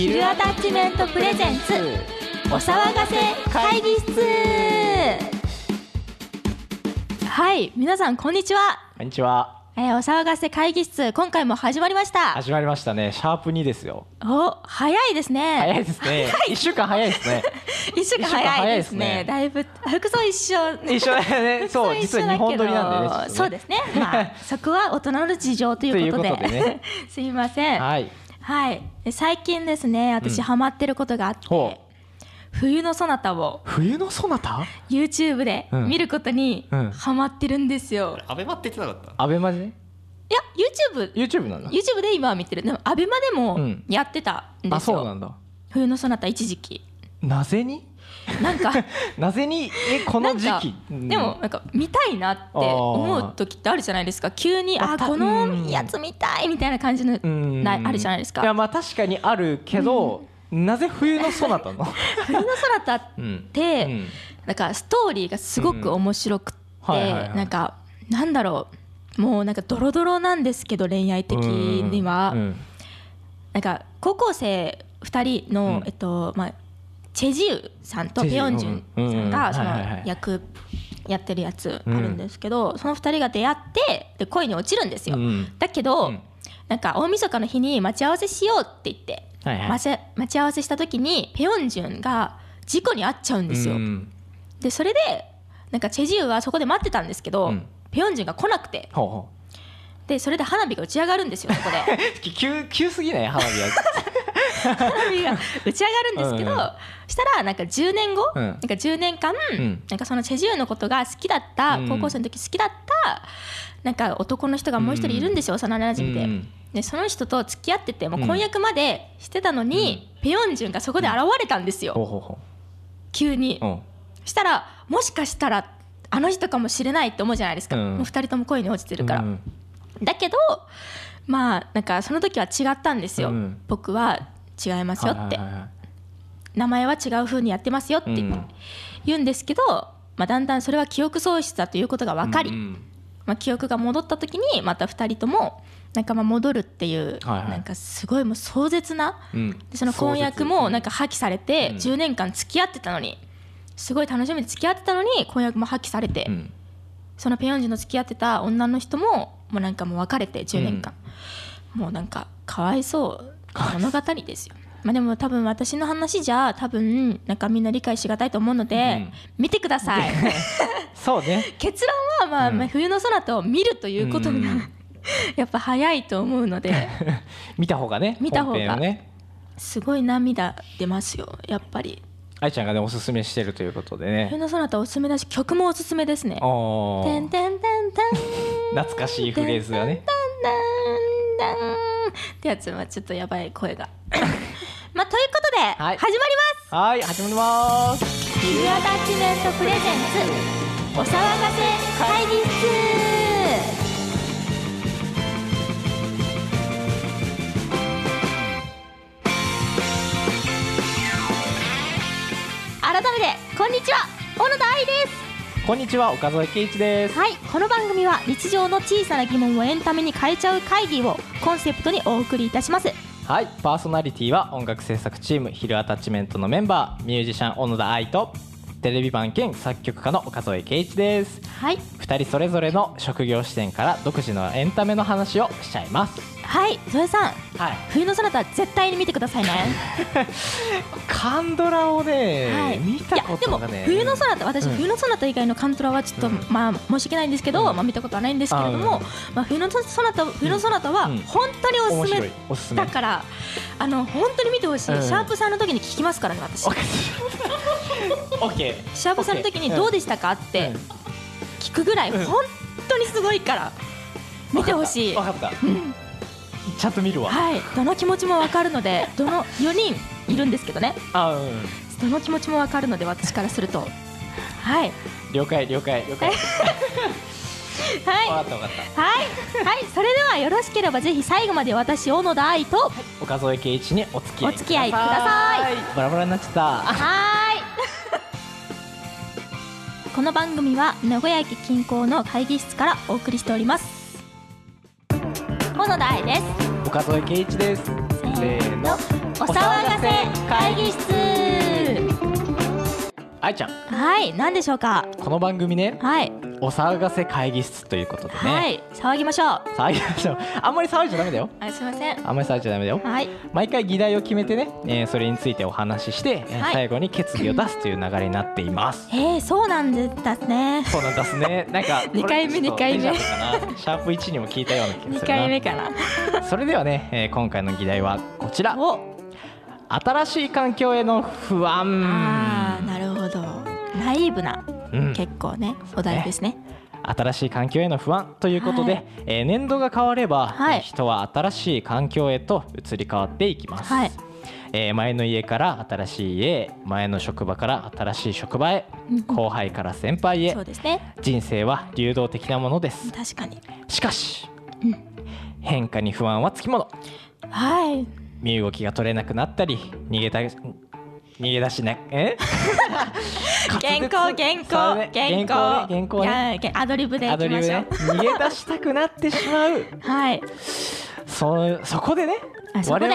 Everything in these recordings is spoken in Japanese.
ヒルアタッチメントプレゼンツお騒がせ会議室。はい、皆さんこんにちは。 こんにちは。 お騒がせ会議室、今回も始まりました。 始まりましたね。シャープ2ですよ。 お、早いですね。 早いですね。1週間早いですね。 1週間早いですね。だいぶ服装一緒一緒だよね。そう、実は2本撮りなんでね。 そうですね。まあそこは大人の事情ということで、 ね、 すいません。 はい。 はい。最近ですね、私ハマってることがあって、冬のソナタを冬のソナタ YouTube で見ることにハマってるんですよ。 アベマって言ってなかった？ アベマでね。 いや YouTube なんだ。 YouTube で今は見てる。でもアベマでもやってたんですよ。 あ、そうなんだ。 冬のソナタ一時期。 なぜになんかなぜにこの時期でもなんか見たいなって思う時ってあるじゃないですか。急にこのやつ見たいみたいな感じのあるじゃないですか。 いや、まあ確かにあるけど、なぜ冬のソナタの冬のソナタってなんかストーリーがすごく面白くて、なんかなんだろう、もうなんかドロドロなんですけど、恋愛的にはなんか高校生2人のまあチェジウさんとペヨンジュンさんがその役やってるやつあるんですけど、その2人が出会ってで恋に落ちるんですよ。だけどなんか大晦日の日に待ち合わせしようって言って待ち合わせした時にペヨンジュンが事故に遭っちゃうんですよ。でそれでなんかチェジウはそこで待ってたんですけど、ペヨンジュンが来なくて、でそれで花火が打ち上がるんですよ、そこで急すぎない？花火が花火が打ち上がるんですけど、したらなんか10年後、なんか10年間、なんかそのチェジウのことが好きだった、高校生の時好きだったなんか男の人がもう一人いるんですよ、幼なじみで。でその人と付き合っててもう婚約までしてたのに、ペヨンジュンがそこで現れたんですよ、急に。したらもしかしたらあの人かもしれないって思うじゃないですか、もう2人とも恋に落ちてるから。だけどまあなんかその時は違ったんですよ、僕は違いますよって、名前は違う風にやってますよって言うんですけど、まあ、だんだんそれは記憶喪失だということが分かり、まあ、記憶が戻った時にまた2人ともなんかまあ戻るっていう、なんかすごいもう壮絶な、でその婚約もなんか破棄されて、10年間付き合ってたのに、すごい楽しみで付き合ってたのに婚約も破棄されて、そのペヨンジュンの付き合ってた女の人ももうなんかもう別れて10年間、もうなんかかわいそう物語ですよ。まあでも多分私の話じゃ多分なんかみんな理解しがたいと思うので、見てくださいそうね。 結論はまあ冬のソナタを見るということがやっぱ早いと思うので見た方がね、 見た方がね、 すごい涙出ますよ、やっぱり。 愛ちゃんがねおすすめしてるということでね。 冬のソナタおすすめだし、曲もおすすめですね。てんてんてんてん、 懐かしいフレーズがねってやつはちょっとやばい声がまあということで、始まります。 はい、始まります。 ヒルアタッチメントプレゼンツお騒がせ会議室。改めてこんにちは、小野田愛です。 こんにちは、岡添圭一です。 はい、この番組は日常の小さな疑問をエンタメに変えちゃう会議をコンセプトにお送りいたします。 はい、パーソナリティは音楽制作チームヒルアタッチメントのメンバー、ミュージシャン小野田愛とテレビ版兼作曲家の岡添圭一です。 はい、 2人それぞれの職業視点から独自のエンタメの話をしちゃいます。 はい、添さん、冬のソナタ絶対に見てくださいねカンドラをね、見たことがね。 でも冬のソナタ、私、冬のソナタ以外のカンドラはちょっと、まあ申し訳ないんですけど、まあ見たことはないんですけれども、まあ冬のソナタは本当におすすめだから、本当に見てほしい。シャープさんの時に聞きますからね、私。シャープさんの時にどうでしたかって聞くぐらい本当にすごいから見てほしい。 分かった、ちゃんと見るわ。 はい、どの気持ちも分かるので、どの4人いるんですけどね、どの気持ちも分かるので、私からすると。はい、 了解はい、分かったはい、それではよろしければぜひ最後まで私小野田愛と岡添圭一にお付き合いください。 バラバラになっちゃった。 はいこの番組は名古屋駅近郊の会議室からお送りしております。小野田愛です。 岡添圭一です。せーの。 お騒がせ会議室。 愛ちゃん、 はい、何でしょうか。 この番組ね、 はい、 お騒がせ会議室ということでね、 はい、騒ぎましょう。 騒ぎましょう。あんまり騒いじゃダメだよ。 すいません。 あんまり騒いじゃダメだよ。 はい、 毎回議題を決めてね、それについてお話しして、 はい、 最後に決議を出すという流れになっています。 そうなんですね。 そうなんですね。なんか 2回目2回目シャープ1にも聞いたような気がするな。 2回目かな。 それではね、今回の議題はこちら。新しい環境への不安。 なるほど。ナイーブな、結構ねお題ですね。 新しい環境への不安ということで、年度が変われば、人は新しい環境へと移り変わっていきます。前の家から新しい家、前の職場から新しい職場へ、後輩から先輩へ。 そうですね。 人生は流動的なものです。 確かに。 しかし、変化に不安はつきもの。 はい。 身動きが取れなくなったり、逃げ出しな原稿アドリブでいきましょう。 逃げ出したくなってしまう。 はい。 そこでね、我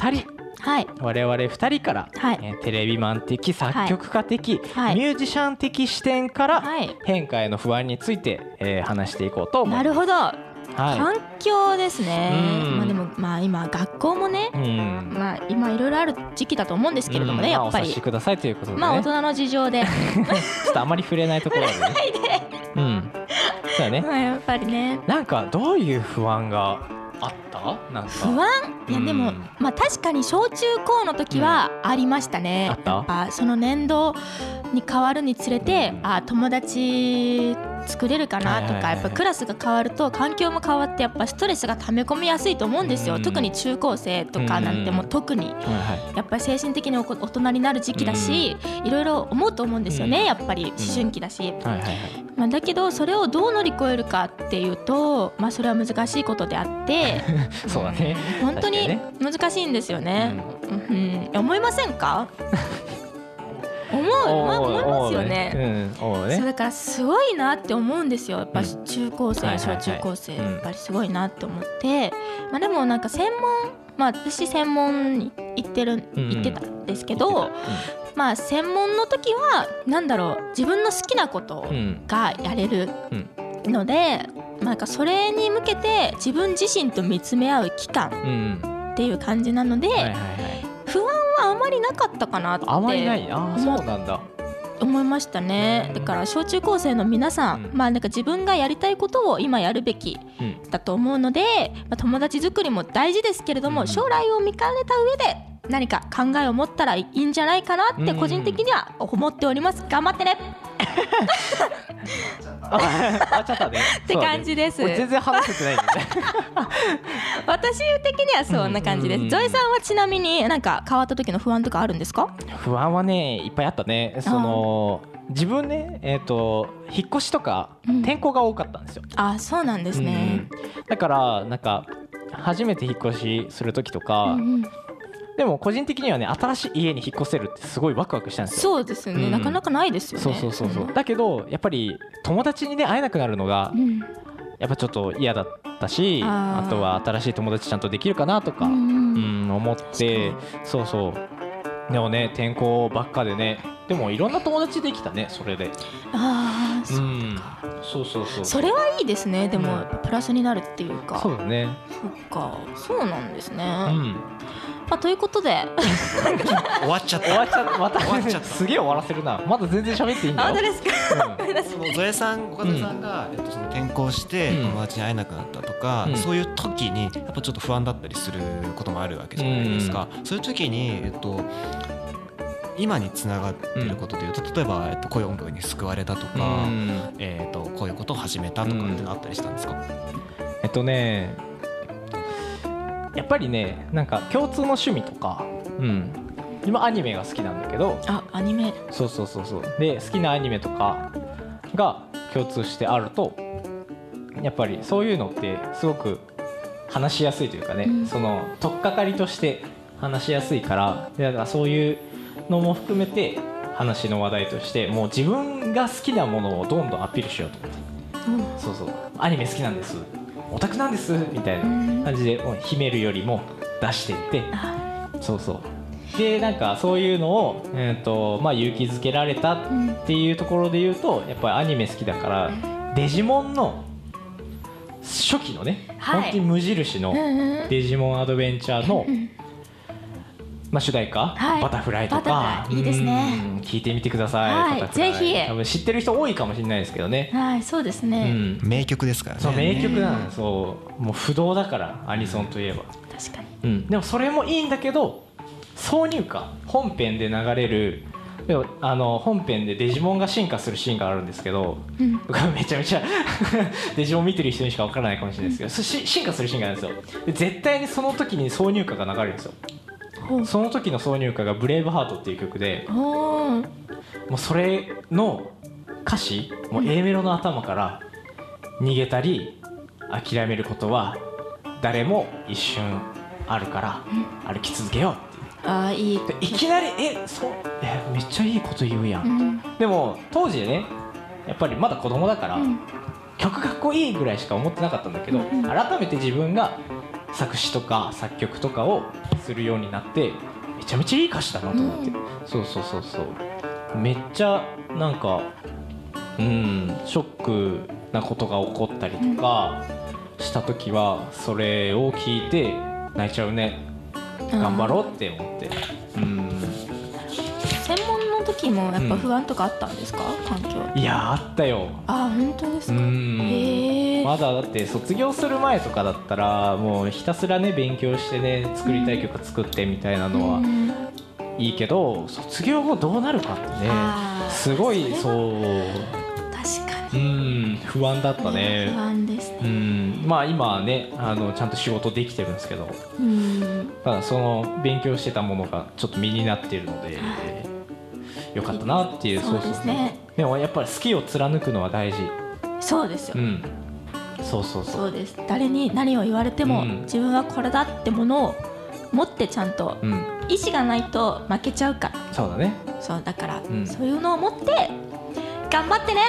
々2人から、テレビマン的、作曲家的、ミュージシャン的視点から、変化への不安について、話していこうと思います。 なるほど。環境ですね。でも今学校もね、今いろいろある時期だと思うんですけれどもね、やっぱりお察しくださいということでね。 大人の事情でちょっとあまり触れないところでね。そうだね。 やっぱりね。 なんかどういう不安があった？なんか不安？いやでも確かに小中高の時はありましたね。やっぱその年度に変わるにつれて、友達作れるかなとか、やっぱクラスが変わると環境も変わって、やっぱストレスが溜め込みやすいと思うんですよ。特に中高生とかなんてもう特にやっぱり精神的に大人になる時期だし、いろいろ思うと思うんですよね。やっぱり思春期だし、だけどそれをどう乗り越えるかっていうと、それは難しいことであってそうだね、 本当に難しいんですよね。思いませんか？思いますよね。そうだからすごいなって思うんですよ。やっぱ中高生、小中高生やっぱりすごいなって思って、でもなんか私専門に行ってたんですけど、専門の時は自分の好きなことがやれるので、なんかそれに向けて自分自身と見つめ合う期間っていう感じなので、不安はあまりなかったかなってあまりない。そうなんだ。 思いましたね。だから小中高生の皆さん、なんか自分がやりたいことを今やるべきだと思うので、友達作りも大事ですけれども、将来を見かねた上で何か考えを持ったらいいんじゃないかなって個人的には思っております。頑張ってねって感じです。 全然話せてないんで私的にはそんな感じです。ゾエさんはちなみになんか変わった時の不安とかあるんですか？ 不安はね、いっぱいあったね。自分ね、引っ越しとか転校が多かったんですよ。 そうなんですね。 だからなんか初めて引っ越しする時とか、でも個人的にはね、新しい家に引っ越せるってすごいワクワクしたんですよ。そうですよね、なかなかないですよね。 そうだけどやっぱり友達にね会えなくなるのがやっぱちょっと嫌だったし、あとは新しい友達ちゃんとできるかなとか思って、でもね、転校ばっかでね、でもいろんな友達できたね、それで。それはいいですね。でもプラスになるっていうか。そうだね。そうなんですね。ということで終わっちゃった。 すげえ終わらせるな。まだ全然喋っていいんだよ。 本当ですか？ ゾエさん、岡田さんがその転校して友達に会えなくなったとか、そういう時にやっぱちょっと不安だったりすることもあるわけじゃないですか。そういう時に今につながっていることでいうと、例えばこういう音楽に救われたとか、こういうことを始めたとかってあったりしたんですか？ やっぱりね、なんか共通の趣味とか、今アニメが好きなんだけど、 アニメ、 そうで好きなアニメとかが共通してあると、やっぱりそういうのってすごく話しやすいというかね、その取っかかりとして話しやすいから、だからそういうのも含めて話の話題として、もう自分が好きなものをどんどんアピールしようと思って、アニメ好きなんです、オタクなんですみたいな感じで秘めるよりも出していって、 そうそうでなんかそういうのを、まあ、勇気づけられたっていうところで言うとやっぱりアニメ好きだからデジモンの初期のね、本当に無印のデジモンアドベンチャーの、まあ、主題歌、バタフライとかいいですね、 聞いてみてください、 ぜひ多分知ってる人多いかもしれないですけどね。 はい、そうですね、 名曲ですからね。 そう名曲なんです。そうもう不動だからアニソンといえば確かに、 でもそれもいいんだけど挿入歌本編で流れるでも本編でデジモンが進化するシーンがあるんですけど、僕はめちゃめちゃデジモン見てる人にしか分からないかもしれないですけど、進化するシーンがあるんですよ。で絶対にその時に挿入歌が流れるんですよ。その時の挿入歌がブレイブハートっていう曲で、もうそれの歌詞もう A メロの頭から逃げたり諦めることは誰も一瞬あるから歩き続けようっていう、いきなりめっちゃいいこと言うやん、でも当時ねやっぱりまだ子供だから、曲かっこいいぐらいしか思ってなかったんだけど、改めて自分が作詞とか作曲とかをするようになってめちゃめちゃいい歌詞だなと思って、そうめっちゃなんかショックなことが起こったりとかした時はそれを聞いて泣いちゃうね。頑張ろうって思って。 専門の時もやっぱ不安とかあったんですか、環境。 いやあったよ。 本当ですか。 まだだって卒業する前とかだったらもうひたすらね勉強してね作りたい曲作ってみたいなのはいいけど、卒業後どうなるかってねすごい確かに不安だったね。 不安ですね。 まあ今はねちゃんと仕事できてるんですけど、ただその勉強してたものがちょっと身になっているので、よかったなっていう。 そうですね。 でもやっぱり好きを貫くのは大事。 そうですよ。 そうです。誰に何を言われても、自分はこれだってものを持ってちゃんと、意志がないと負けちゃうから。 そうだね。 そうだから、そういうのを持って頑張ってね。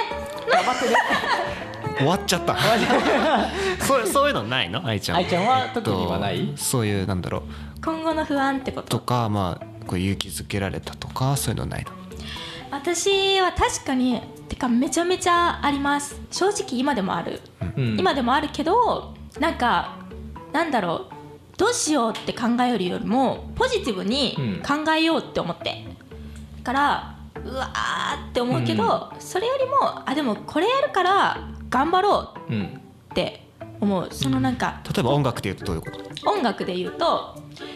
終わっちゃったそういうのないの？愛ちゃんは特にはない？ そういうなんだろう今後の不安ってこととか、まあこう勇気づけられたとかそういうのないの？ 私は確かにてかめちゃめちゃあります。正直今でもある、今でもあるけど、なんだろう、どうしようって考えるよりもポジティブに考えようって思って、だからうわーって思うけど、それよりもでもこれやるから頑張ろうって思う。そのなんか例えば音楽で言うとどういうこと？ 音楽で言うと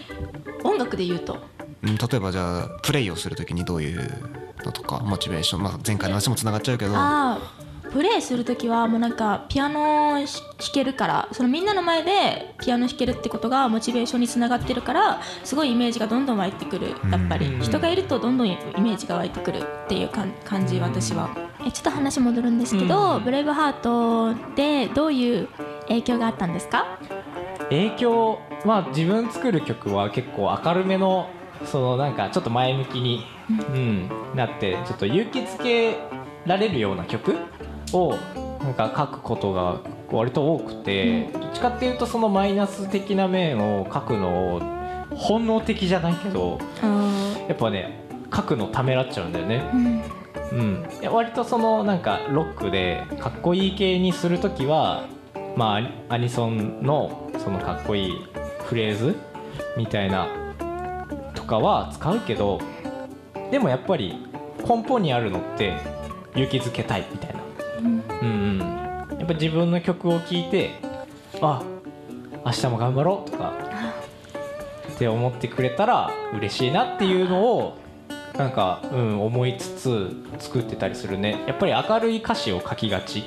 例えばじゃあプレイをするときにどういうのとかモチベーション、前回の話もつながっちゃうけど、 プレイするときはもうなんかピアノ弾けるから、そのみんなの前でピアノ弾けるってことがモチベーションにつながってるから、すごいイメージがどんどん湧いてくる。やっぱり人がいるとどんどんイメージが湧いてくるっていう感じ。私はちょっと話戻るんですけど、ブレイブハートでどういう影響があったんですか？ 影響は自分作る曲は結構明るめのなんかちょっと前向きに、なってちょっと勇気づけられるような曲をなんか書くことが割と多くて、どっちかっていうとそのマイナス的な面を書くのを本能的じゃないけど、やっぱね書くのためらっちゃうんだよね。割となんかロックでかっこいい系にするときは、アニソンのそのかっこいいフレーズみたいなとかは使うけど、でもやっぱり根本にあるのって勇気づけたいみたいな、やっぱ自分の曲を聴いて明日も頑張ろうとかって思ってくれたら嬉しいなっていうのをなんか、思いつつ作ってたりするね。やっぱり明るい歌詞を書きがち。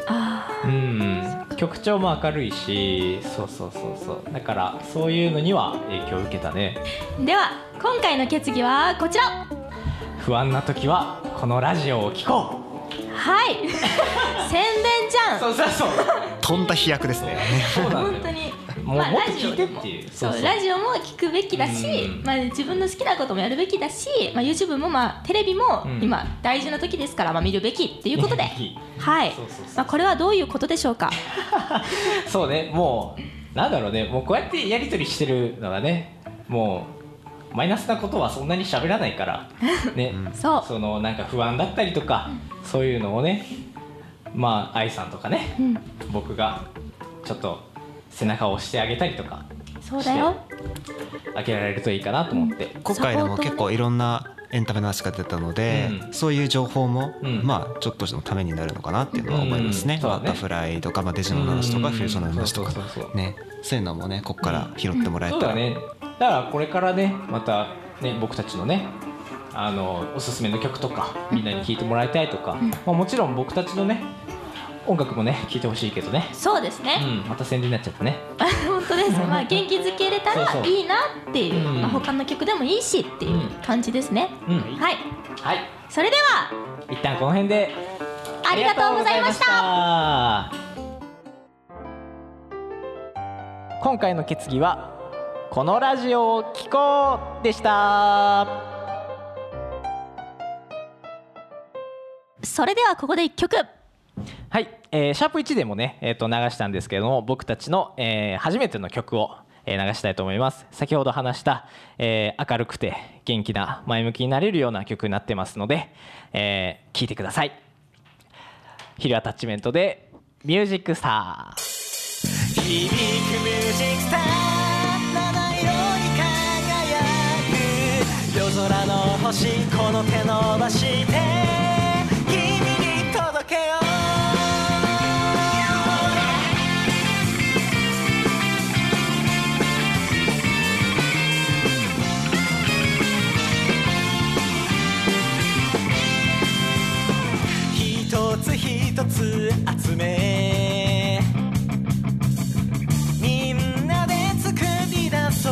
曲調も明るいし、そうだからそういうのには影響を受けたね。 では今回の決議はこちら。 不安な時はこのラジオを聴こう。 はい宣伝じゃん。 そうとんだ飛躍ですね。 そうなんだよ。 本当にもっと聞いてっていう。 ラジオも聞くべきだし、自分の好きなこともやるべきだし、YouTube もテレビも今大事な時ですから、見るべきっていうことで、はい。これはどういうことでしょうか？ そうね、もうなんだろうね、もうこうやってやり取りしてるのがね、もうマイナスなことはそんなに喋らないからね、そのなんか不安だったりとか、そういうのをね、まあ愛さんとかね、僕がちょっと背中を押してあげたりとかそうだよあげられるといいかなと思って、 今回でも結構いろんなエンタメの話が出たので、そういう情報も、まあちょっとのためになるのかなっていうのは思いますね。バタフライとか、デジの話とかフュージョンの話とかね、そういうのもねここから拾ってもらえたら、 そうだね。だからこれからねまたね僕たちのねおすすめの曲とかみんなに聴いてもらいたいとか、もちろん僕たちのね音楽もね聴いてほしいけどね。 そうですね、 また宣伝になっちゃったね本当です。まあ元気づけれたらいいなっていう、他の曲でもいいしっていう感じですね。はい、それでは一旦この辺でありがとうございました。 今回の決議はこのラジオを聴こうでした。 それではここで1曲。 はい、シャープ1でもね、流したんですけれども、僕たちの、初めての曲を、流したいと思います。先ほど話した、明るくて元気な前向きになれるような曲になってますので、聴いてください。ヒルアタッチメントでミュージックスター。響くミュージックスター、七色に輝く夜空の星、この手伸ばして君に届けよう。一つ一つ集めみんなで作り出そう。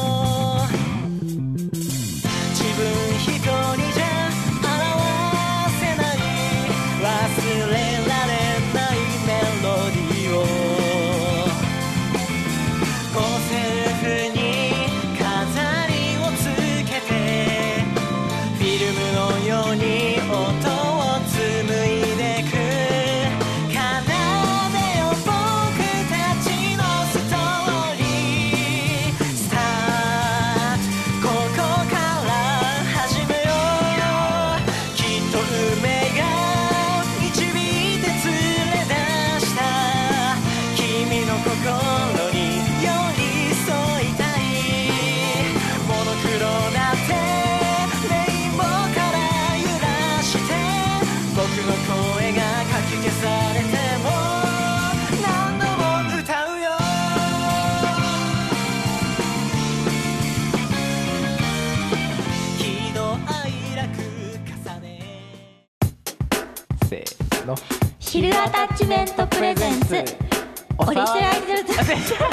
自分一人じゃ表せない、忘れられないメロディーを五線譜に飾りをつけて、フィルムのように音を紡いでく、奏でよ僕たちのストーリー。スタート、ここから始めよう。きっと運命が導いて連れ出した君の心に寄り添いたい。モノクロだってレインボーから揺らして、僕の声がかき消されても何度も歌うよ。喜怒哀楽重ね、せーの、 ヒルアタッチメントプレゼンツオリジナル間違えた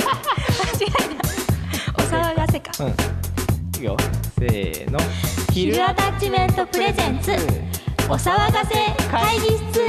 お騒がせか。 いいよ、せーの、 ヒルアタッチメントプレゼンツお騒がせ会議室。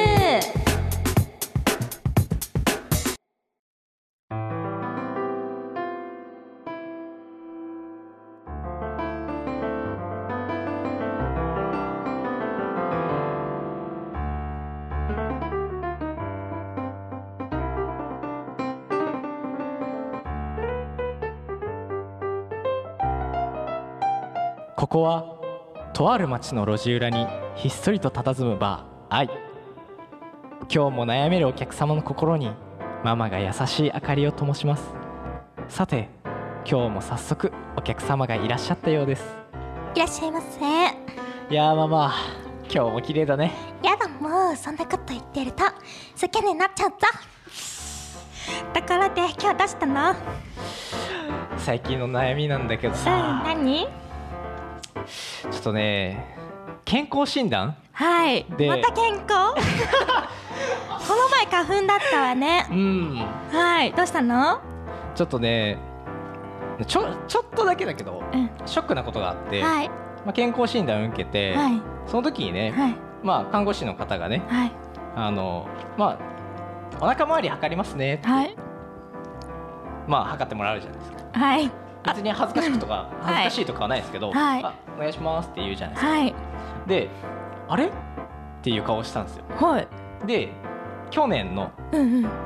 ここはとある町の路地裏にひっそりと佇むバー愛。今日も悩めるお客様の心にママが優しい明かりを灯します。さて今日も早速お客様がいらっしゃったようです。 いらっしゃいませ。 いやーママ、今日も綺麗だね。 やだ、もうそんなこと言ってると好きになっちゃった。だからで今日どうしたの？ 最近の悩みなんだけどさ、 何？ ちょっとね、健康診断？ はい。 でまた健康？この前花粉だったわね。はい。どうしたの？ ちょっとね、ちょっとだけだけど、ショックなことがあって、 はい。 健康診断を受けて、 はい、 その時にね、 はい、 看護師の方がね、 はい、 お腹周り測りますねって、 はい、 測ってもらうじゃないですか。 はい。 別に恥ずかしいとかはないですけど、 はい、 お願いしますって言うじゃないですか。 はい、 で、あれっていう顔をしたんですよ。 はい、 で、去年の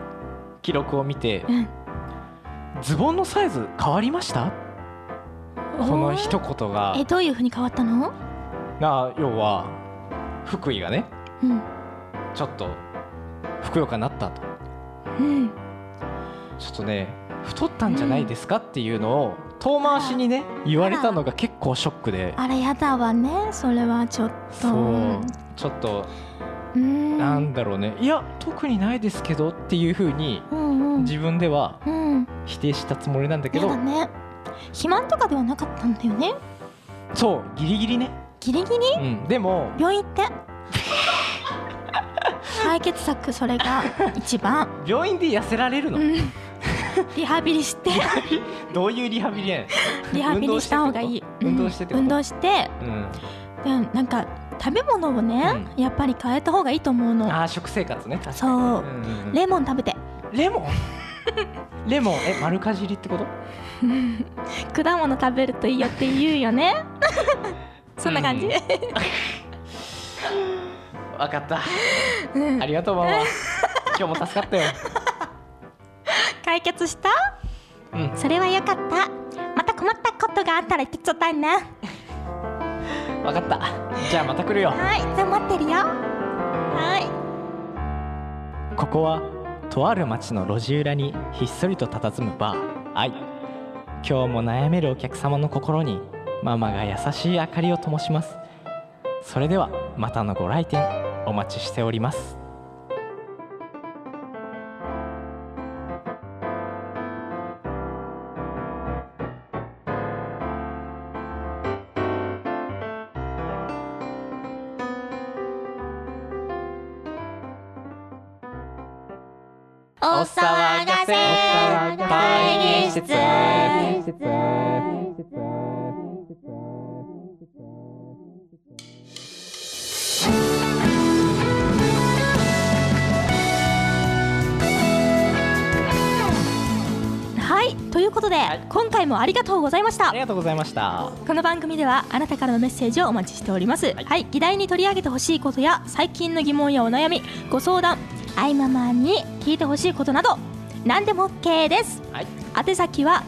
記録を見て、ズボンのサイズ変わりましたっこの一言がどういう風に変わったの？ 要は福井がね、 うん、 ちょっとふくよかになったと、 うん、 ちょっとね太ったんじゃないですかっていうのを遠回しにね言われたのが結構ショックで、 あらやだわね、それはちょっと。 そうちょっとなんだろうね、いや特にないですけどっていう風に自分では否定したつもりなんだけど、 やだね、肥満とかではなかったんだよね。 そうギリギリね、 ギリギリ、 でも病院行って解決策、それが一番。 病院で痩せられるの？ リハビリしてどういうリハビリやねん。 リハビリした方がいい。 運動してってこと？ 運動して、なんか食べ物をね、やっぱり変えた方がいいと思うの。 食生活ね。 そう、レモン食べて。 レモンレモン丸かじりってこと？ 果物食べるといいよって言うよねそんな感じ。 わかった、ありがとうママ今日も助かったよ。 解決した？それはよかった。また困ったことがあったら言ってちょうだいね。 わかった、じゃあまた来るよ。 はい、じゃあ待ってるよ。はい。 ここはとある町の路地裏にひっそりと佇むバー愛。今日も悩めるお客様の心にママが優しい明かりを灯します。それではまたのご来店お待ちしております。 お騒がせ会議室。はい、ということで、今回もありがとうございました。 ありがとうございました。 この番組ではあなたからのメッセージをお待ちしております。はい、議題に取り上げてほしいことや最近の疑問やお悩み、ご相談、アイママに聞いてほしいことなど何でも OK です。宛先は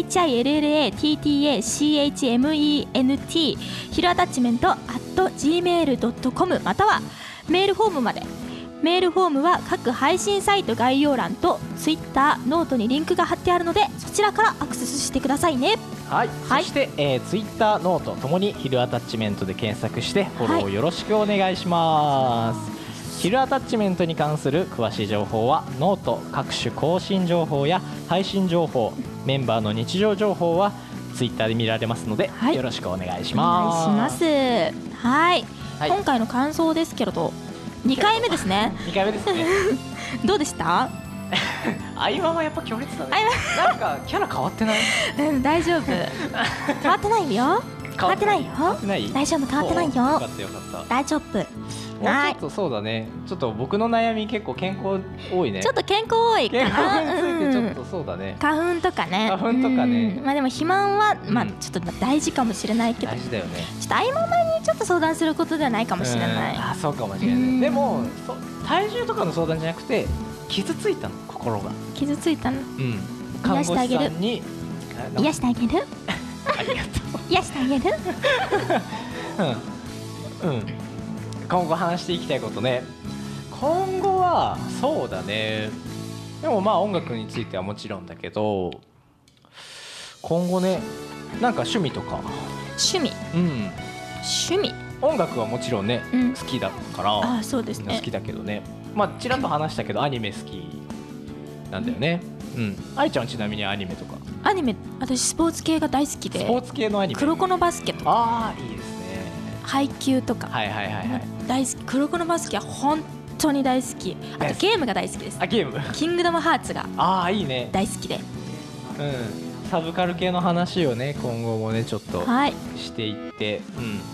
HILLATTACHMENT ヒルアタッチメント @gmail.com またはメールフォームまで。メールフォームは各配信サイト概要欄と Twitter、ノートにリンクが貼ってあるので、そちらからアクセスしてくださいね。 はい、そして、Twitter、ノートともにヒルアタッチメントで検索してフォローよろしくお願いします。ヒルアタッチメントに関する詳しい情報はノート、各種更新情報や配信情報、メンバーの日常情報はツイッターで見られますので、よろしくお願いします。 お願いします。はい、今回の感想ですけれど2回目ですね。 2回目ですねどうでした？ アイママやっぱ強烈だね。なんかキャラ変わってない？ 大丈夫変わってないよ。変わってないよ。大丈夫、変わってないよ。 よかったよかった。 大丈夫。 もうちょっとそうだね、ちょっと僕の悩み結構健康多いね。 ちょっと健康多いかな。 健康についてちょっとそうだね。 花粉とかね。 花粉とかね。 まあでも肥満はまあちょっと大事かもしれないけど。 大事だよね。 ちょっとアイママにちょっと相談することではないかもしれない。 あ、そうかもしれない。でも体重とかの相談じゃなくて傷ついたの、心が。 傷ついたの。 看護師さんに癒してあげる。 ありがとう。 癒してあげる。 今後話していきたいことね。今後はそうだね、でもまあ音楽についてはもちろんだけど、今後ね、なんか趣味とか。 趣味、趣味、 音楽はもちろんね、好きだから。 あ、そうですね、 好きだけどね、まあちらっと話したけどアニメ好きなんだよね。愛ちゃんちなみにアニメとか。 アニメ、私スポーツ系が大好きで。 スポーツ系のアニメ。 黒子のバスケとか。 ああ、いいですね。 配球とか。大好き。黒子のバスケは本当に大好き。あとゲームが大好きです。 あ、ゲーム。 キングダムハーツが。 ああ、いいね。 大好きで。 サブカル系の話をね、今後もねちょっとしていって、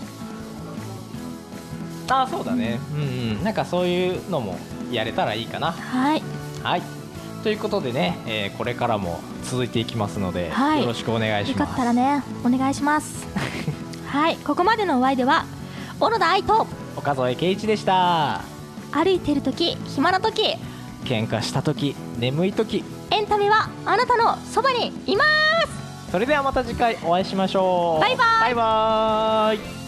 ああ、そうだね。なんかそういうのもやれたらいいかな。はい。ということでね、これからも続いていきますので、よろしくお願いします。 よかったらね、お願いします。はい、ここまでのお相手は小野田愛と岡添圭一でした。 歩いてる時、暇な時、 喧嘩した時、眠い時、 エンタメはあなたのそばにいます。 それではまた次回お会いしましょう。 バイバイ。 バイバイ。